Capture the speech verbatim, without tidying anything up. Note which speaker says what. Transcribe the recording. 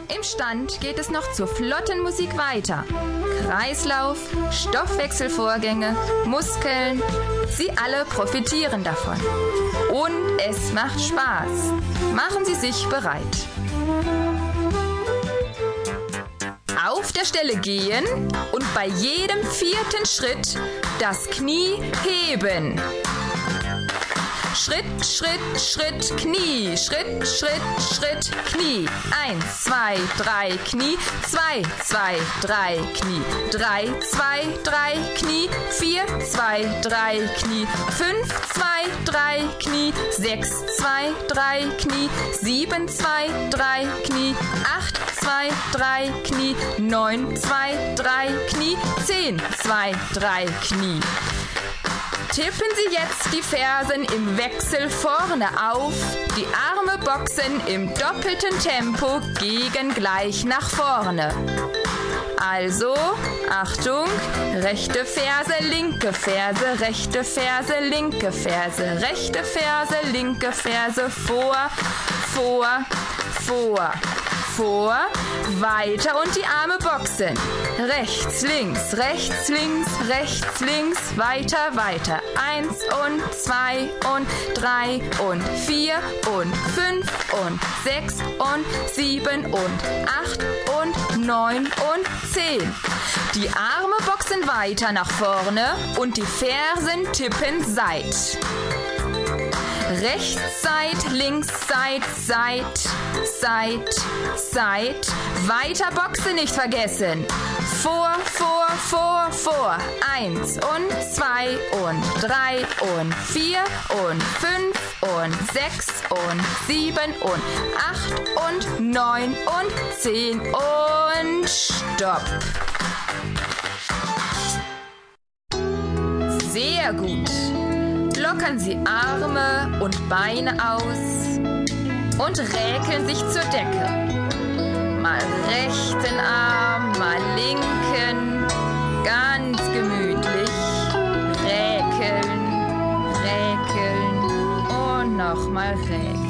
Speaker 1: Im Stand geht es noch zur flotten Musik weiter. Kreislauf, Stoffwechselvorgänge, Muskeln, Sie alle profitieren davon. Und es macht Spaß. Machen Sie sich bereit. Auf der Stelle gehen und bei jedem vierten Schritt das Knie heben. Schritt, Schritt, Schritt, Knie. Schritt, Schritt, Schritt, Knie. Eins, zwei, drei, Knie. Zwei, zwei, drei, Knie. Drei, zwei, drei, Knie. Vier, zwei, drei, Knie. Fünf, zwei, drei, Knie. Sechs, zwei, drei, Knie. Sieben, zwei, drei, Knie. Acht, zwei, drei, Knie. Neun, zwei, drei, Knie. Zehn, zwei, drei, Knie. Tippen Sie jetzt die Fersen im Wechsel vorne auf, die Arme boxen im doppelten Tempo gegen gleich nach vorne. Also, Achtung, rechte Ferse, linke Ferse, rechte Ferse, linke Ferse, rechte Ferse, linke Ferse, vor, vor, vor. Vor, weiter und die Arme boxen. Rechts, links, rechts, links, rechts, links, weiter, weiter. Eins und zwei und drei und vier und fünf und sechs und sieben und acht und neun und zehn. Die Arme boxen weiter nach vorne und die Fersen tippen seit. Rechts Seit, links Seit, Seit, Seit, Seit. Weiter Boxen nicht vergessen. Vor, vor, vor, vor. Eins und zwei und drei und vier und fünf und sechs und sieben und acht und neun und zehn und Stopp. Sehr gut. Lockern Sie Arme und Beine aus und räkeln sich zur Decke. Mal rechten Arm, mal linken, ganz gemütlich. Räkeln, räkeln und nochmal räkeln.